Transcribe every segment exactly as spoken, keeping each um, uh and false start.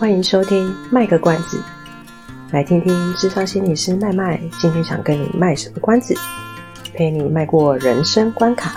欢迎收听卖个关子，来听听智商心理师麦麦今天想跟你卖什么关子，陪你迈过人生关卡。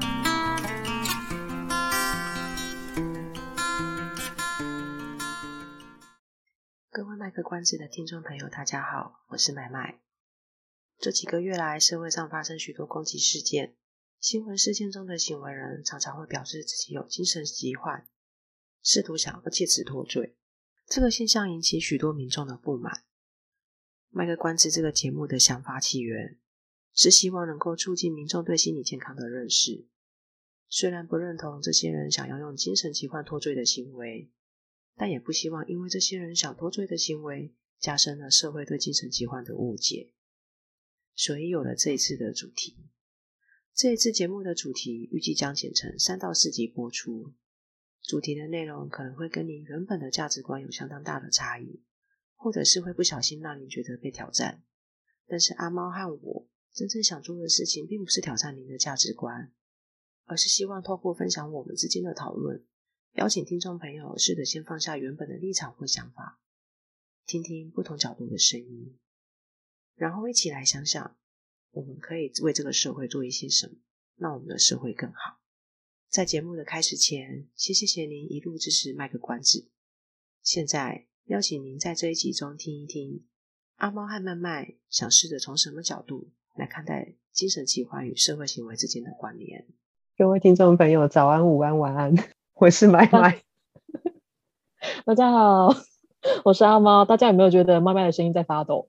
各位卖个关子的听众朋友大家好，我是麦麦。这几个月来，社会上发生许多攻击事件，新闻事件中的行为人常常会表示自己有精神疾患，试图想要借此脱罪。这个现象引起许多民众的不满。卖个关子这个节目的想法起源是希望能够促进民众对心理健康的认识。虽然不认同这些人想要用精神疾患脱罪的行为，但也不希望因为这些人想脱罪的行为加深了社会对精神疾患的误解。所以有了这一次的主题。这一次节目的主题预计将剪成三到四集播出，主题的内容可能会跟您原本的价值观有相当大的差异，或者是会不小心让您觉得被挑战。但是阿猫和我真正想做的事情并不是挑战您的价值观，而是希望透过分享我们之间的讨论，邀请听众朋友试着先放下原本的立场或想法，听听不同角度的声音，然后一起来想想我们可以为这个社会做一些什么，让我们的社会更好。在节目的开始前，先谢谢您一路支持卖个关子。现在邀请您在这一集中听一听阿猫和麦麦想试着从什么角度来看待精神疾患与社会行为之间的关联。各位听众朋友早安午安晚安，我是麦麦。 大家好，我是阿猫。大家有没有觉得麦麦的声音在发抖？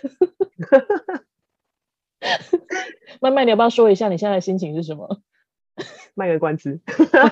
麦麦，你要不要说一下你现在的心情是什么？ 卖个关子。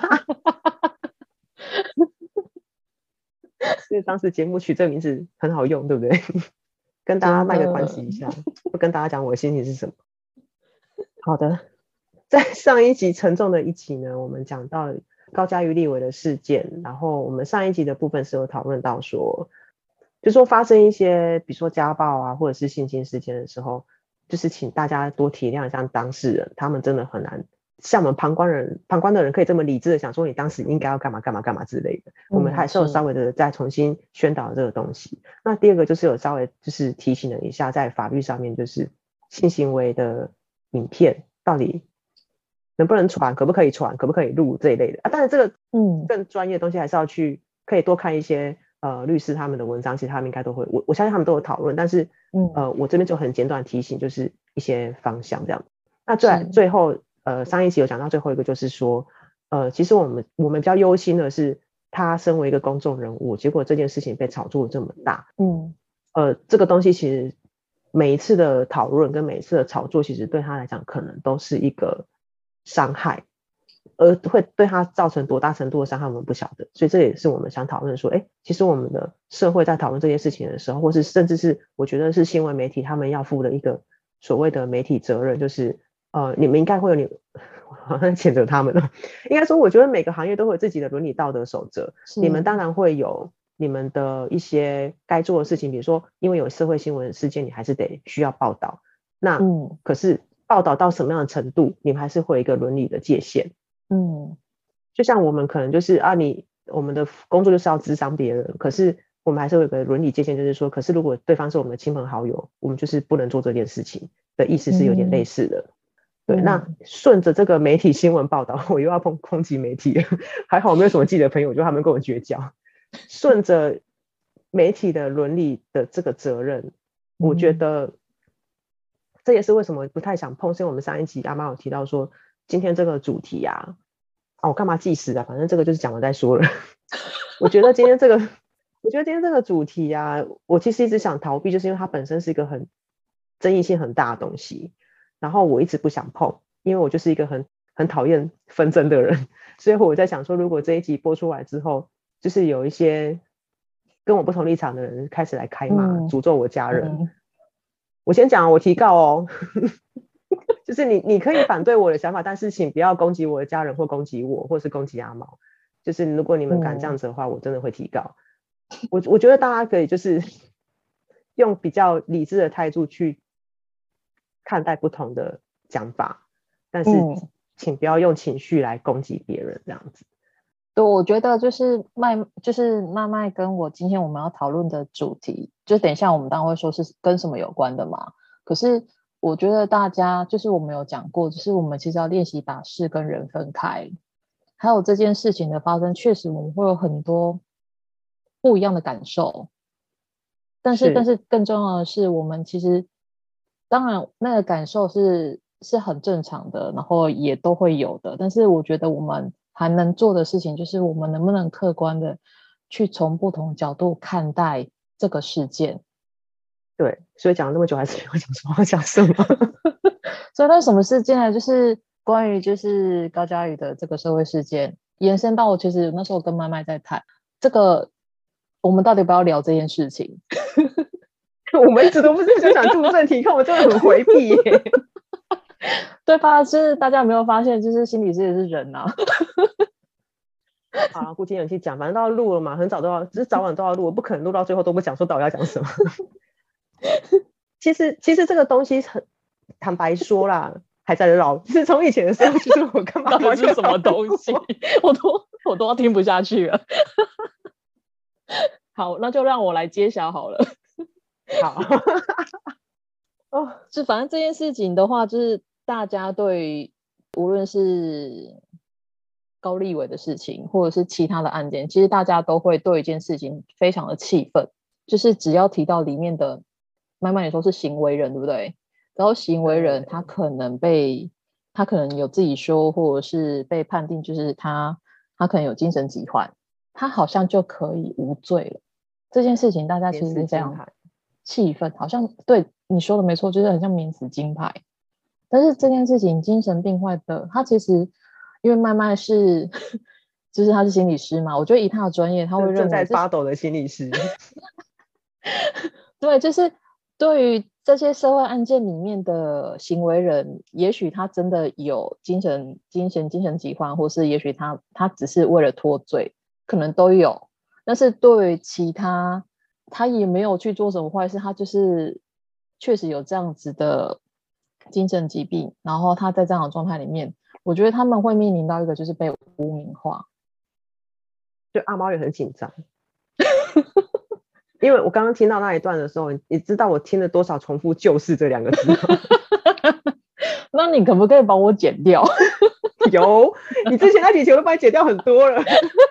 因为当时节目取这个名字很好用，对不对？跟大家卖个关子一下，不跟大家讲我的心情是什么。好的，在上一集沉重的一集呢，我们讲到高嘉瑜立委的事件，然后我们上一集的部分是有讨论到说，就说发生一些比如说家暴啊或者是性侵事件的时候，就是请大家多体谅像当事人，他们真的很难像我们旁观人旁观的人可以这么理智的想说你当时应该要干嘛干嘛干嘛之类的、嗯、我们还是有稍微的再重新宣导这个东西。那第二个就是有稍微就是提醒了一下，在法律上面就是性行为的影片到底能不能传，可不可以传，可不可以录这一类的啊。当然这个嗯更专业的东西还是要去可以多看一些呃律师他们的文章，其实他们应该都会 我, 我相信他们都有讨论，但是嗯呃我这边就很简短提醒就是一些方向这样。那最最后呃，上一集有讲到最后一个就是说，呃，其实我们我们比较忧心的是，他身为一个公众人物，结果这件事情被炒作这么大，嗯，呃，这个东西其实每一次的讨论跟每一次的炒作，其实对他来讲可能都是一个伤害，而会对他造成多大程度的伤害，我们不晓得。所以这也是我们想讨论说，哎，其实我们的社会在讨论这件事情的时候，或是甚至是我觉得是新闻媒体他们要负的一个所谓的媒体责任，就是。呃，你们应该会有你，好像谴责他们了。应该说，我觉得每个行业都会有自己的伦理道德守则。你们当然会有你们的一些该做的事情，比如说，因为有社会新闻事件，你还是得需要报道。那，嗯，可是报道到什么样的程度，你们还是会有一个伦理的界限。嗯，就像我们可能就是啊，你我们的工作就是要諮商别人，可是我们还是会有个伦理界限，就是说，可是如果对方是我们的亲朋好友，我们就是不能做这件事情的意思是有点类似的。嗯对，那顺着这个媒体新闻报道，我又要抨抨击媒体了，还好我没有什么记者朋友，就他们跟我绝交。顺着媒体的伦理的这个责任，我觉得这也是为什么不太想碰。是因为我们上一集阿妈有提到说，今天这个主题啊，啊我干嘛计时啊？反正这个就是讲完再说了。我觉得今天这个，我觉得今天这个主题啊，我其实一直想逃避，就是因为它本身是一个很争议性很大的东西。然后我一直不想碰，因为我就是一个很很讨厌纷争的人，所以我在想说，如果这一集播出来之后，就是有一些跟我不同立场的人开始来开骂、嗯、诅咒我家人、嗯、我先讲我提告哦就是你你可以反对我的想法，但是请不要攻击我的家人或攻击我或是攻击阿毛，就是如果你们敢这样子的话、嗯、我真的会提告。我我觉得大家可以就是用比较理智的态度去看待不同的讲法，但是请不要用情绪来攻击别人这样子。 对，我觉得就是麦，就是麦麦跟我今天我们要讨论的主题，就等一下我们当然会说是跟什么有关的嘛。可是我觉得大家就是我们有讲过，就是我们其实要练习把事跟人分开。还有这件事情的发生，确实我们会有很多不一样的感受。但是， 是但是更重要的是，我们其实当然那个感受是是很正常的，然后也都会有的。但是我觉得我们还能做的事情，就是我们能不能客观的去从不同角度看待这个事件。 对，所以讲了那么久，还是没有讲说要讲什么。 所以那什么事件呢？就是关于就是高嘉瑜的这个社会事件，延伸到其实那时候跟麦麦在谈这个，我们到底要不要聊这件事情？ 我们一直都不是就想入正题，看我真的很回避耶。 对吧？就是大家有没有发现，就是心理师也是人啊。 好，鼓起勇气讲，反正都要录了嘛，很早都要，只是早晚都要录，不可能录到最后都不讲说到底要讲什么。其实，其实这个东西很坦白说啦，还在绕。就是从以前的时候，就是我干嘛到底是什么东西，我都我都要听不下去了。好，那就让我来揭晓好了。 好， 哦，是反正这件事情的话，就是大家对无论是高立委的事情，或者是其他的案件，其实大家都会对一件事情非常的气愤，就是只要提到里面的，慢慢你说是行为人，对不对？然后行为人他可能被他可能有自己说，或者是被判定就是他他可能有精神疾患，他好像就可以无罪了。这件事情大家其实是非常气愤，好像对你说的没错，就是很像免死金牌。但是这件事情精神病患的他其实因为麦麦是就是他是心理师嘛，我觉得以他的专业他会认为正在发抖的心理师对，就是对于这些社会案件里面的行为人，也许他真的有精神精神精神疾患，或是也许他他只是为了脱罪，可能都有。但是对于其他他也没有去做什么坏事，他就是确实有这样子的精神疾病，然后他在这样的状态里面，我觉得他们会面临到一个就是被污名化。 就阿猫也很紧张。因为我刚刚听到那一段的时候，你知道我听了多少重复就是这两个字吗？ 那你可不可以帮我剪掉？ 有，你之前那几集我都帮你剪掉很多了。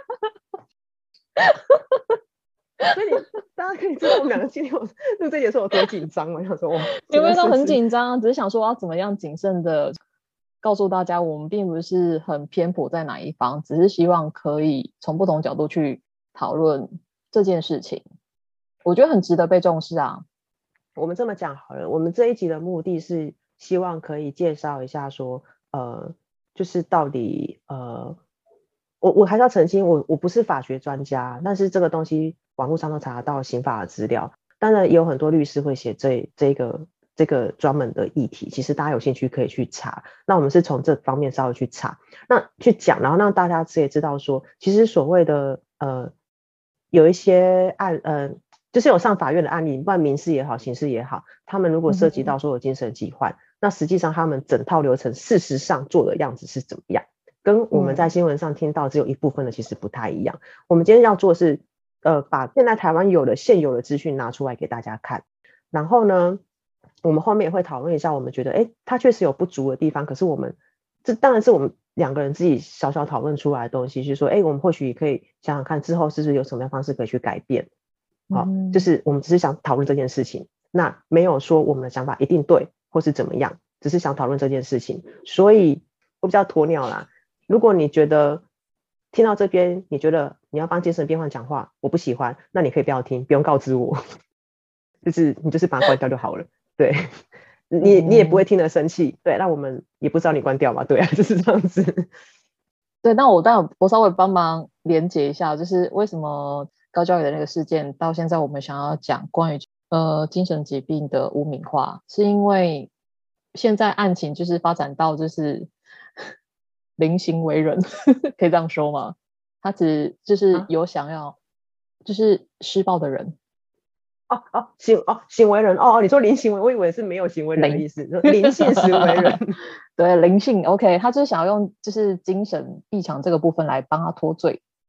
所以你大家可以知道我们两个今天录这节的时候有多紧张吗？想说哇， 有没有到很紧张？只是想说要怎么样谨慎的告诉大家，我们并不是很偏颇在哪一方，只是希望可以从不同角度去讨论这件事情。我觉得很值得被重视啊。 我们这么讲好了，我们这一集的目的是希望可以介绍一下说，呃，就是到底呃，我我还是要澄清，我我不是法学专家，但是这个东西网络上都查得到刑法的资料，当然也有很多律师会写这这个这个专门的议题，其实大家有兴趣可以去查。那我们是从这方面稍微去查，那去讲，然后让大家也知道说，其实所谓的呃有一些案呃。就是有上法院的案例，不管民事也好刑事也好，他们如果涉及到说有精神疾患、嗯、那实际上他们整套流程事实上做的样子是怎么样，跟我们在新闻上听到只有一部分的其实不太一样、嗯、我们今天要做的是呃，把现在台湾有的现有的资讯拿出来给大家看，然后呢我们后面也会讨论一下我们觉得诶它确实有不足的地方，可是我们这当然是我们两个人自己小小讨论出来的东西，就是说诶我们或许可以想想看之后是不是有什么样的方式可以去改变。好、哦，就是我们只是想讨论这件事情，那没有说我们的想法一定对或是怎么样，只是想讨论这件事情，所以我比较鸵鸟啦。如果你觉得听到这边你觉得你要帮精神病患讲话我不喜欢，那你可以不要听，不用告知我，就是你就是把它关掉就好了。对，你你也不会听得生气，对，那我们也不知道你关掉嘛，对啊，就是这样子。 对，那我但我稍微帮忙连结一下，就是为什么高嘉瑜的那个事件到现在我们想要讲关于呃精神疾病的污名化，是因为现在案情就是发展到就是零行为人可以这样说吗？他只就是有想要、啊、就是施暴的人哦哦行哦行为人哦，你说零行为，我以为是没有行为人的意思，灵性行为人对，灵性 OK， 他就是想要用就是精神异常这个部分来帮他脱罪，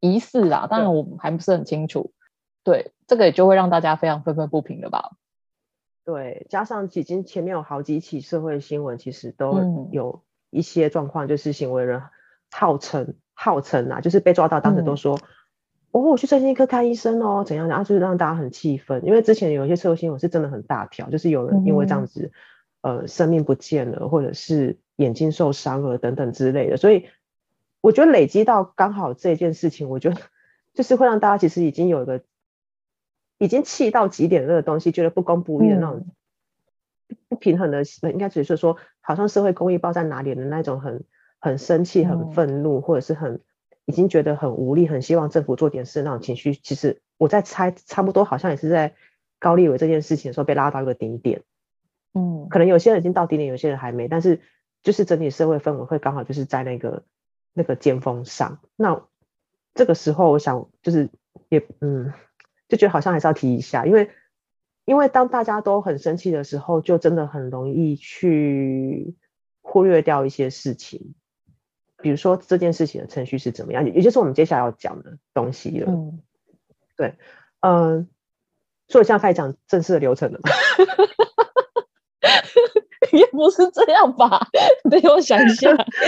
疑似啦，当然我还不是很清楚。对，这个也就会让大家非常愤愤不平了吧。 对，加上已经前面有好几起社会新闻，其实都有一些状况，就是行为人号称号称啊，就是被抓到当时都说、嗯、哦我去身心科看医生哦怎样的啊，就是让大家很气愤。因为之前有一些社会新闻是真的很大条，就是有人因为这样子、嗯、呃生命不见了，或者是眼睛受伤了等等之类的，所以我觉得累积到刚好这件事情，我觉得就是会让大家其实已经有一个已经气到极点的那个东西，觉得不公不义的那种、嗯、不平衡的，应该只是说好像社会公义不知道在哪里的那种很很生气很愤怒、嗯、或者是很已经觉得很无力，很希望政府做点事的那种情绪，其实我在猜差不多好像也是在高立委这件事情的时候被拉到一个顶点。嗯，可能有些人已经到顶点，有些人还没，但是就是整体社会氛围会刚好就是在那个那个尖峰上。那这个时候我想就是也嗯就觉得好像还是要提一下，因为因为当大家都很生气的时候，就真的很容易去忽略掉一些事情，比如说这件事情的程序是怎么样，也就是我们接下来要讲的东西了。嗯，对，嗯，所以我现在开始讲正式的流程了嘛。 也不是这样吧，等我想一下。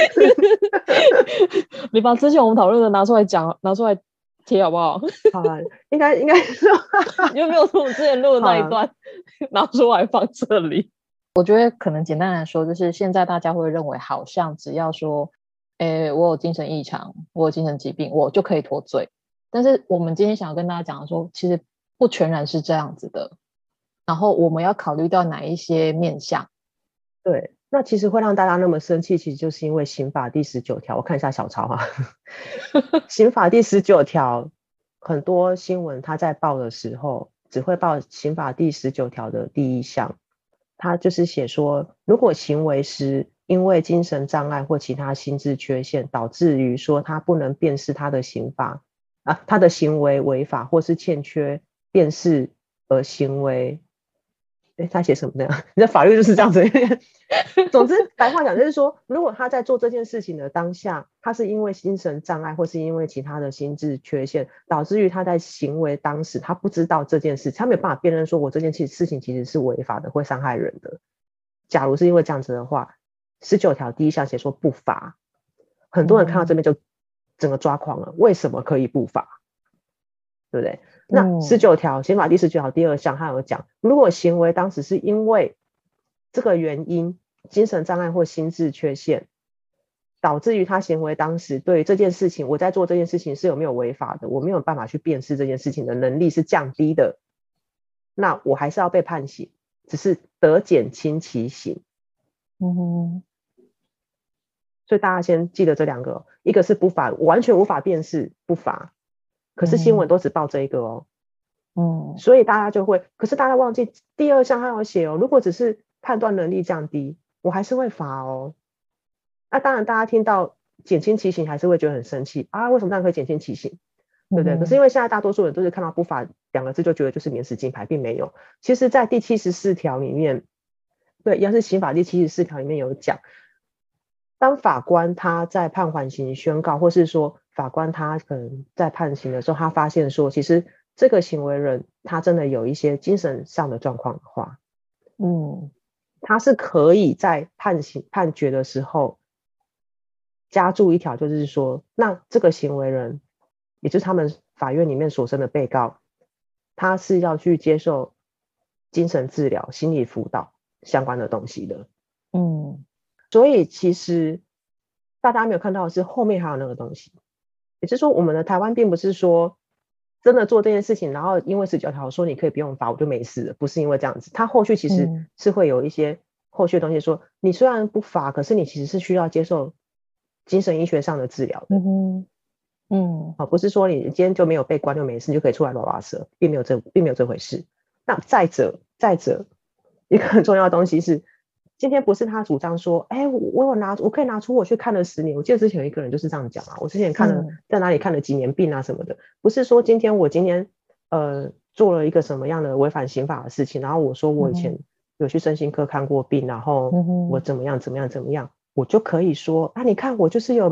你把之前我们讨论的拿出来讲，拿出来贴好不好？ 好啊，应该应该是有没有从我之前录的那一段拿出来放这里？我觉得可能简单来说，就是现在大家会认为好像只要说诶我有精神异常，我有精神疾病，我就可以脱罪。但是我们今天想要跟大家讲的说，其实不全然是这样子的，然后我们要考虑到哪一些面向。 对，那其实会让大家那么生气，其实就是因为刑法第十九条，我看一下小抄哈。刑法第十九条，很多新闻他在报的时候只会报刑法第十九条的第一项，他就是写说，如果行为时因为精神障碍或其他心智缺陷，导致于说他不能辨识他的刑法啊，他的行为违法或是欠缺辨识而行为。诶他写什么呢？你的法律就是这样子。总之白话讲就是说，如果他在做这件事情的当下，他是因为精神障碍或是因为其他的心智缺陷，导致于他在行为当时他不知道这件事，他没有办法辨认说我这件事情其实是违法的，会伤害人的。假如是因为这样子的话，十九条第一项写说不罚，很多人看到这边就整个抓狂了，为什么可以不罚？对不对？那十九条刑法第十九条第二项它有讲，如果行为当时是因为这个原因，精神障碍或心智缺陷，导致于他行为当时对这件事情，我在做这件事情是有没有违法的，我没有办法去辨识这件事情的能力是降低的，那我还是要被判刑，只是得减轻其刑。嗯哼，所以大家先记得这两个，一个是不法，完全无法辨识不罚，可是新闻都只报这一个哦。嗯，所以大家就会，可是大家忘记第二项还有写哦，如果只是判断能力降低，我还是会罚哦。那当然大家听到减轻其刑还是会觉得很生气啊，为什么这样可以减轻其刑，对不对？嗯，可是因为现在大多数人都是看到不罚两个字就觉得就是免死金牌，并没有。其实在第七十四条里面，对，一样是刑法第七十四条里面有讲，当法官他在判缓刑宣告，或是说法官他可能在判刑的时候，他发现说其实这个行为人他真的有一些精神上的状况的话，嗯，他是可以在判刑判决的时候加注一条，就是说那这个行为人也就是他们法院里面所生的被告，他是要去接受精神治疗心理辅导相关的东西的。嗯，所以其实大家没有看到的是后面还有那个东西，也就是说我们的台湾并不是说真的做这件事情然后因为十九条说你可以不用罚我就没事了，不是因为这样子，他后续其实是会有一些后续的东西说，你虽然不罚，可是你其实是需要接受精神医学上的治疗的。嗯嗯，好，不是说你今天就没有被关就没事，你就可以出来拉拉扯，并没有这并没有这回事。那再者再者一个很重要的东西是，今天不是他主张说，哎，我有拿我可以拿出我去看了十年，我记得之前有一个人就是这样讲啊，我之前看了、嗯、在哪里看了几年病啊什么的，不是说今天我今天呃做了一个什么样的违反刑法的事情，然后我说我以前有去身心科看过病，然后我怎么样怎么样怎么样，我就可以说啊，你看我就是有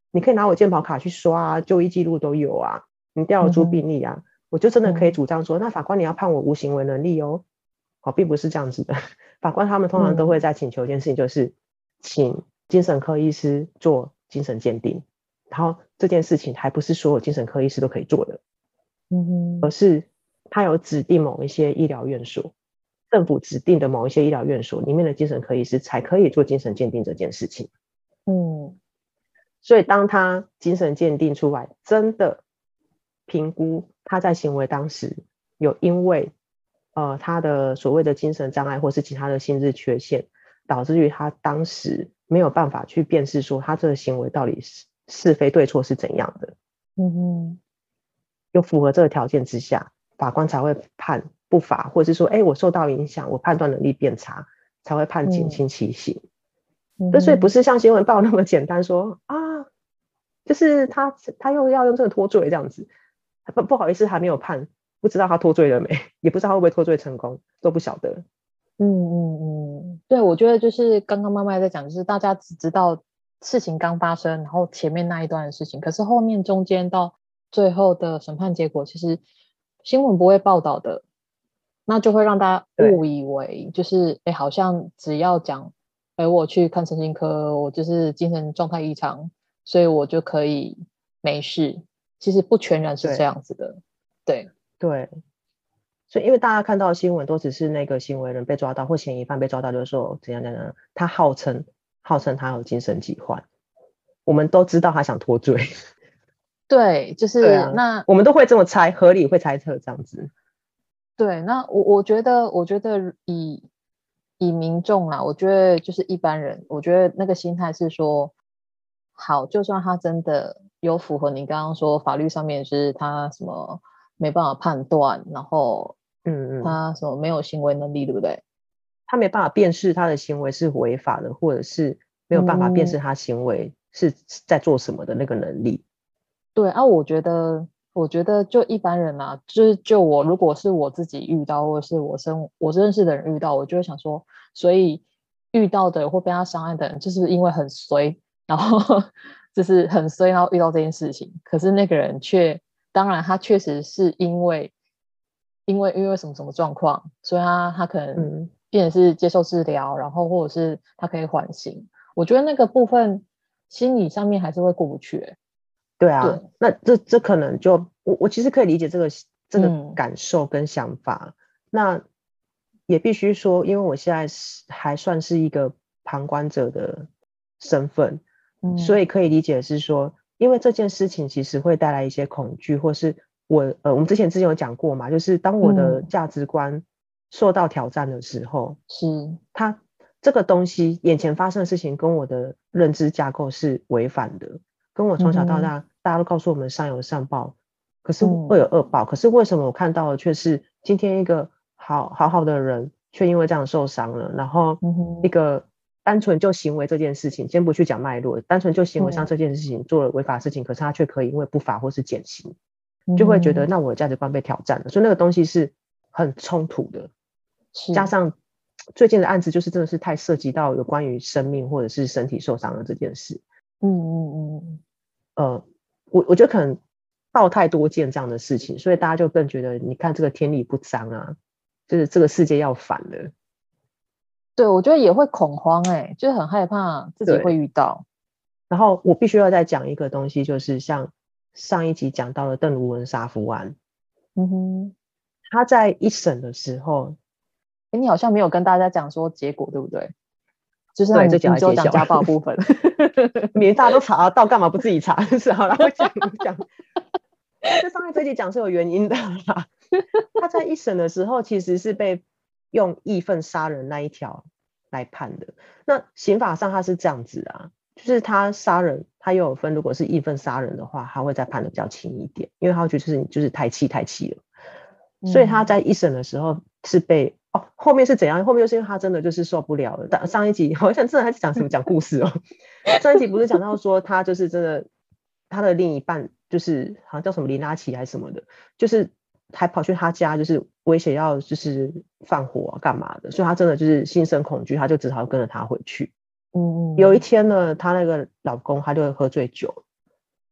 你可以拿我健保卡去刷啊，就医记录都有啊，你调了出病历啊、嗯、我就真的可以主张说、嗯、那法官你要判我无行为能力哦。好，并不是这样子的，法官他们通常都会在请求一件事情，就是请精神科医师做精神鉴定，然后这件事情还不是所有精神科医师都可以做的， 嗯， 而是他有指定某一些医疗院所，政府指定的某一些医疗院所里面的精神科医师才可以做精神鉴定这件事情。 嗯， 所以当他精神鉴定出来，真的评估他在行为当时有因为呃他的所谓的精神障碍或是其他的心智缺陷，导致于他当时没有办法去辨识说他这个行为到底是是非对错是怎样的， 嗯哼，有符合这个条件之下，法官才会判不罚，或者是说哎，我受到影响，我判断能力变差，才会判减轻其刑。嗯，所以不是像新闻报那么简单说啊，就是他他又要用这个脱罪这样子，不不好意思还没有判，不知道他脱罪了没，也不知道他会不会脱罪成功，都不晓得。 嗯嗯嗯，对，我觉得就是刚刚妈妈在讲，就是大家只知道事情刚发生，然后前面那一段的事情，可是后面中间到最后的审判结果，其实新闻不会报道的，那就会让大家误以为就是哎，好像只要讲哎，我去看神经科，我就是精神状态异常，所以我就可以没事。其实不全然是这样子的。对对, 对，所以因为大家看到的新闻都只是那个行为人被抓到或嫌疑犯被抓到，就是说怎样怎样，他号称号称他有精神疾患，我们都知道他想脱罪。 对，就是对、啊、 那我们都会这么猜，合理会猜测这样子。 对，那我我觉得我觉得以以民众啦，我觉得就是一般人，我觉得那个心态是说，好，就算他真的有符合你刚刚说法律上面是他什么没办法判断，然后嗯嗯， 他什么没有行为能力，对不对？ 他没办法辨识他的行为是违法的，或者是没有办法辨识他行为是在做什么的那个能力。 嗯、对啊，我觉得我觉得就一般人啊，就是就我如果是我自己遇到，或者是我生我认识的人遇到，我就会想说，所以遇到的或被他伤害的人，就是因为很衰，然后就是很衰，然后遇到这件事情。可是那个人却，当然他确实是因为因为因为什么什么状况，所以他他可能变成是接受治疗，然后或者是他可以缓刑。我觉得那个部分心理上面还是会过不去、欸。 对啊，对，那这这可能就我我其实可以理解这个这个感受跟想法、嗯、那也必须说，因为我现在还算是一个旁观者的身份、嗯、所以可以理解是说，因为这件事情其实会带来一些恐惧，或是我呃我们之前之前有讲过嘛，就是当我的价值观受到挑战的时候， 是、嗯、 它这个东西眼前发生的事情跟我的认知架构是违反的，跟我从小到大、嗯、大家都告诉我们善有善报，可是会有恶报、嗯、可是为什么我看到的却是今天一个好好好的人却因为这样受伤了，然后一个单纯就行为这件事情，先不去讲脉络，单纯就行为上这件事情做了违法的事情、嗯、可是他却可以因为不罚或是减刑，就会觉得那我的价值观被挑战了，所以那个东西是很冲突的，加上最近的案子就是真的是太涉及到有关于生命或者是身体受伤的这件事。 嗯嗯嗯， 呃，我我觉得可能报太多件这样的事情，所以大家就更觉得你看这个天理不彰啊，就是这个世界要反了。 对，我觉得也会恐慌哎、欸，就是很害怕自己会遇到。 然后我必须要再讲一个东西，就是像上一集讲到的邓如文杀夫案， 嗯哼， 他在一审的时候， 哎，你好像没有跟大家讲说结果对不对？就是对， 你这只有讲家暴部分， 免大家都查到，干嘛不自己查？是好，然后讲讲，这上面这集讲是有原因的啦。他在一审的时候其实是被用义愤杀人那一条来判的。那刑法上他是这样子啊，就是他杀人，他又有分，如果是义愤杀人的话，他会再判的比较轻一点，因为他会觉得就是你就是太气太气了。所以他在一审的时候是被、嗯、哦，后面是怎样？后面就是因为他真的就是受不了了。但上一集好像真的还是讲什么讲故事哦。上一集不是讲到说他就是真的，他的另一半就是好像叫什么林拉奇还是什么的，就是还跑去他家，就是威胁要就是放火啊干嘛的，所以他真的就是心生恐惧，他就只好跟着他回去。嗯，有一天呢，他那个老公他就喝醉酒，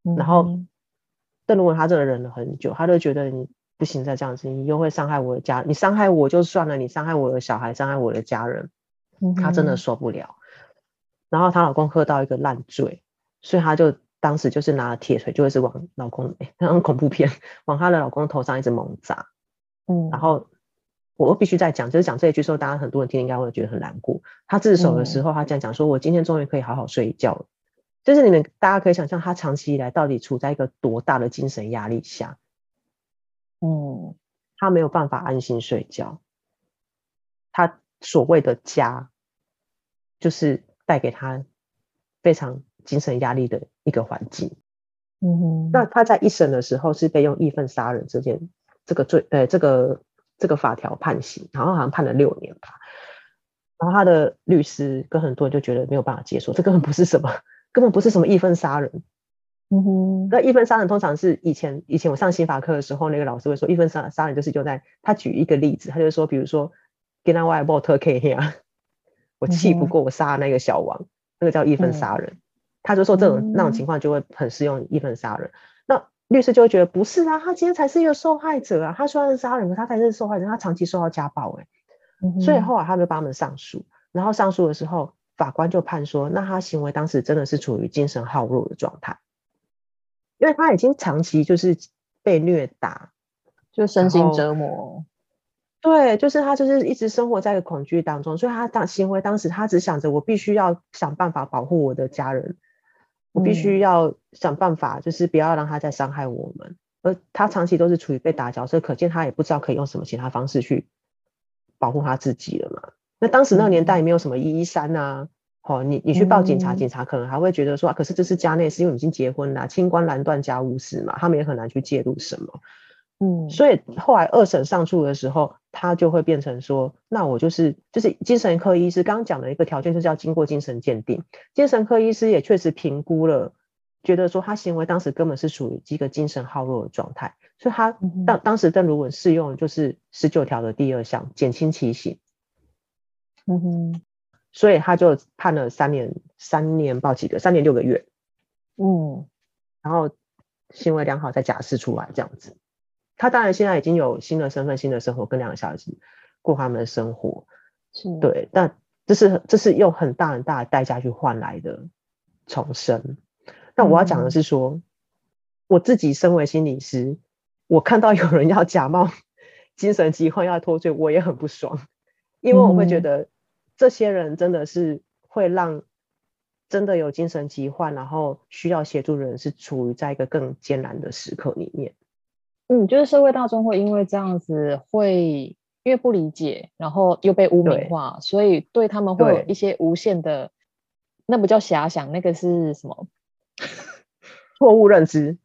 嗯、 然后邓如文他这个忍了很久，他就觉得你不行再这样子，你又会伤害我的家，你伤害我就算了，你伤害我的小孩，伤害我的家人， 嗯、 他真的受不了。然后她老公喝到一个烂醉，所以她就当时就是拿了铁锤，就会是往老公，哎，像恐怖片，往她的老公头上一直猛砸。 嗯， 然后我必须再讲，就是讲这一句时候，大家很多人听应该会觉得很难过。他自首的时候，他这样讲说：“我今天终于可以好好睡一觉了。”就是你们大家可以想象，他长期以来到底处在一个多大的精神压力下， 嗯， 他没有办法安心睡觉。他所谓的家，就是带给他非常精神压力的一个环境。 嗯哼， 那他在一审的时候是被用义愤杀人这件这个罪，呃，这个这个法条判刑，然后好像判了六年吧。然后他的律师跟很多人就觉得没有办法接受，这根本不是什么，根本不是什么义愤杀人。 嗯哼， 那义愤杀人通常是以前以前我上刑法课的时候，那个老师会说义愤杀杀人就是用在他举一个例子，他就说，比如说跟他外婆特 K 呀，我气不过我杀了那个小王，那个叫义愤杀人。他就说这种、嗯、那种情况就会很适用义愤杀人。那律师就会觉得不是啊，他今天才是一个受害者啊，他虽然是杀人，可他才是受害者，他长期受到家暴、欸嗯、所以后来他就帮他们上诉，然后上诉的时候法官就判说，那他行为当时真的是处于精神耗弱的状态，因为他已经长期就是被虐打， 就身心折磨。 对，就是他就是一直生活在一个恐惧当中，所以他当行为当时他只想着我必须要想办法保护我的家人，我必须要想办法就是不要让他再伤害我们、嗯、而他长期都是处于被打角色，可见他也不知道可以用什么其他方式去保护他自己了嘛。那当时那个年代也没有什么一一三啊、哦、你, 你去报警察、嗯、警察可能还会觉得说、啊、可是这是家内事，因为已经结婚了，清官难断家务事嘛，他们也很难去介入什么。嗯，所以后来二审上诉的时候，他就会变成说，那我就是就是精神科医师刚刚讲的一个条件，就是要经过精神鉴定，精神科医师也确实评估了，觉得说他行为当时根本是属于一个精神耗弱的状态，所以他当、嗯、当时邓如文适用就是十九条的第二项减轻其刑，嗯哼，所以他就判了三年三年报几个三年六个月，嗯，然后行为良好再假释出来这样子。他当然现在已经有新的身份新的生活，跟两个小孩子过他们的生活，对，但这是这是用很大很大的代价去换来的重生。那我要讲的是说、嗯、我自己身为心理师，我看到有人要假冒精神疾患要脱罪，我也很不爽，因为我会觉得这些人真的是会让真的有精神疾患然后需要协助的人是处于在一个更艰难的时刻里面。 嗯，就是社会大众会因为这样子会因为不理解，然后又被污名化，所以对他们会有一些无限的，那不叫遐想，那个是什么？ 错误认知。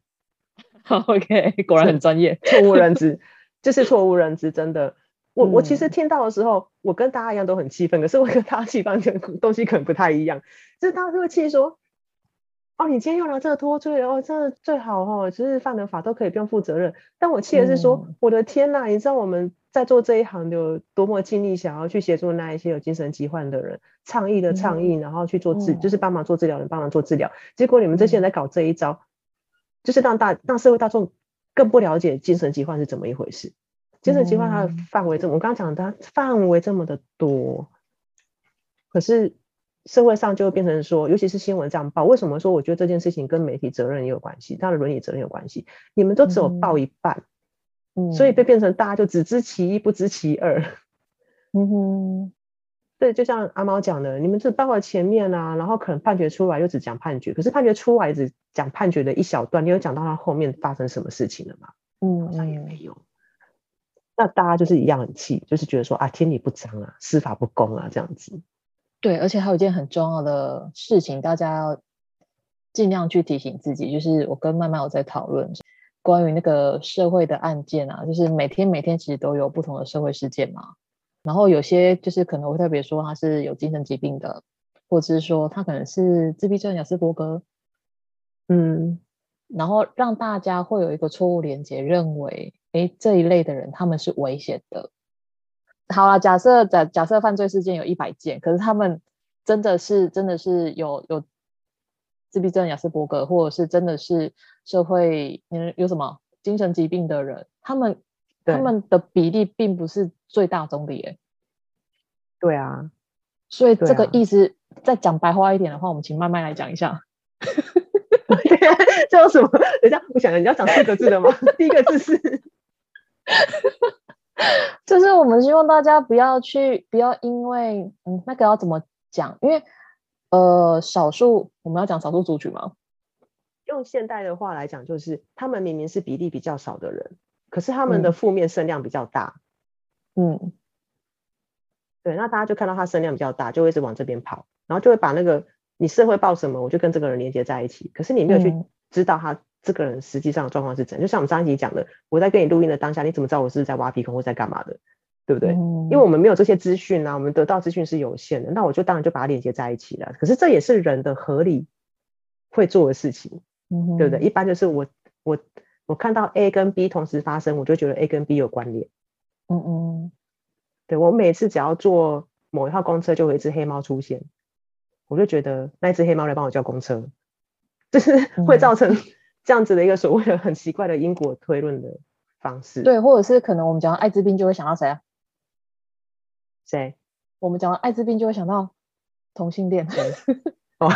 OK， 果然很专业。 错误认知就是错误认知，真的。我、嗯、我其实听到的时候，我跟大家一样都很气愤，可是我跟大家气愤的东西可能不太一样，就是大家都会气说，哦，你今天用了这个脱罪哦，真的最好哦，就是犯了法都可以不用负责任。但我气的是说、嗯、我的天哪，你知道我们在做这一行的有多么尽力想要去协助那一些有精神疾患的人，倡议的倡议、嗯、然后去做治、嗯、就是帮忙做治疗人帮忙做治疗，结果你们这些人在搞这一招、嗯、就是让大让社会大众更不了解精神疾患是怎么一回事。精神疾患它的范围这么、嗯、我刚刚讲的它范围这么的多，可是社会上就会变成说，尤其是新闻这样报，为什么说我觉得这件事情跟媒体责任也有关系，它的伦理责任有关系，你们都只有报一半、嗯、所以被变成大家就只知其一不知其二。嗯哼，对，就像阿猫讲的，你们只报了前面啊，然后可能判决出来又只讲判决，可是判决出来只讲判决的一小段，你有讲到它后面发生什么事情了吗？嗯，好像也没有。那大家就是一样很气，就是觉得说啊，天理不彰啊，司法不公啊，这样子。 对，而且还有一件很重要的事情，大家要尽量去提醒自己，就是我跟曼曼有在讨论关于那个社会的案件啊，就是每天每天其实都有不同的社会事件嘛，然后有些就是可能会特别说他是有精神疾病的，或者是说他可能是自闭症、亚斯伯格，嗯，然后让大家会有一个错误连结，认为诶这一类的人他们是危险的。好啦，假设假假设犯罪事件有一百件，可是他们真的是真的是有有自闭症、亚斯伯格，或者是真的是社会嗯有什么精神疾病的人，他们他们的比例并不是最大宗的耶。 对啊， 所以这个意思、啊、再讲白话一点的话，我们请慢慢来讲一下。 这有什么？等一下，我想你要讲四个字的吗？第一个字是， 就是我们希望大家不要去，不要因为嗯，那个要怎么讲？因为呃，少数我们要讲少数族群吗？ 用现代的话来讲，就是他们明明是比例比较少的人，可是他们的负面声量比较大。 嗯， 对，那大家就看到他声量比较大，就会一直往这边跑，然后就会把那个你社会报什么，我就跟这个人连接在一起。可是你没有去知道他这个人实际上的状况是怎样。就像我们上一集讲的，我在跟你录音的当下，你怎么知道我是在挖鼻孔或在干嘛的，对不对？嗯、因为我们没有这些资讯啊，我们得到资讯是有限的，那我就当然就把它连接在一起了。可是这也是人的合理会做的事情，嗯、对不对？一般就是我我我看到 A 跟 B 同时发生，我就觉得 A 跟 B 有关联。嗯嗯，对，我每次只要坐某一号公车，就有一只黑猫出现，我就觉得那一只黑猫来帮我叫公车，就是会造成这样子的一个所谓的很奇怪的因果推论的方式。 对，或者是可能我们讲到艾滋病就会想到谁啊？ 谁？ 我们讲到艾滋病就会想到同性恋。 哦，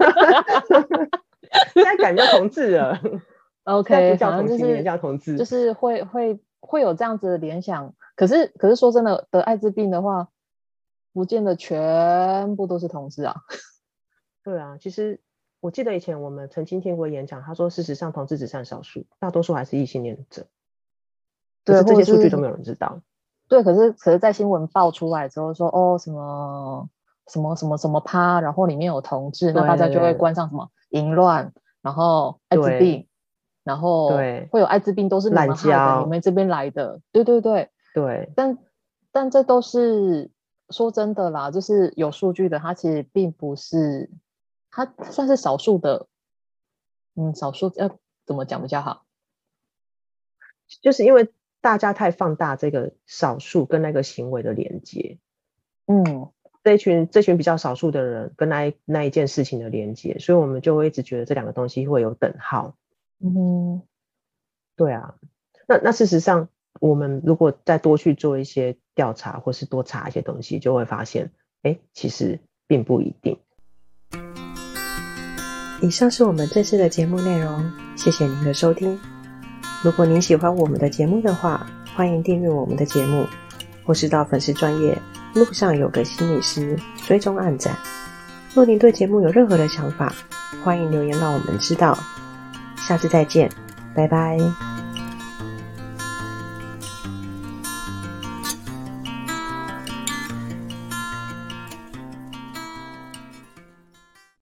现在改叫同志了。 OK， 不叫同性恋，叫同志， 就是会会会有这样子的联想。可是可是说真的，得艾滋病的话，不见得全部都是同志啊。 对啊，其实我记得以前我们曾经听过演讲，他说事实上同志只占少数，大多数还是异性恋者。对，可是这些数据都没有人知道。 对，可是可是在新闻爆出来之后说，哦什么什么什么什么趴，然后里面有同志，那大家就会冠上什么淫乱，然后艾滋病，然后会有艾滋病都是你们害的，你们这边来的。对对对对， 但但这都是说真的啦，就是有数据的，它其实并不是，它算是少数的，嗯，少数要怎么讲比较好？ 就是因为大家太放大这个少数跟那个行为的连接，嗯，这一群这群比较少数的人跟那一那一件事情的连接，所以我们就会一直觉得这两个东西会有等号。嗯，对啊，那那事实上，我们如果再多去做一些调查，或是多查一些东西，就会发现，哎，其实并不一定。以上是我们这次的节目内容，谢谢您的收听。如果您喜欢我们的节目的话，欢迎订阅我们的节目，或是到粉丝专页路上有个心理师追踪按赞。若您对节目有任何的想法，欢迎留言让我们知道。下次再见，拜拜。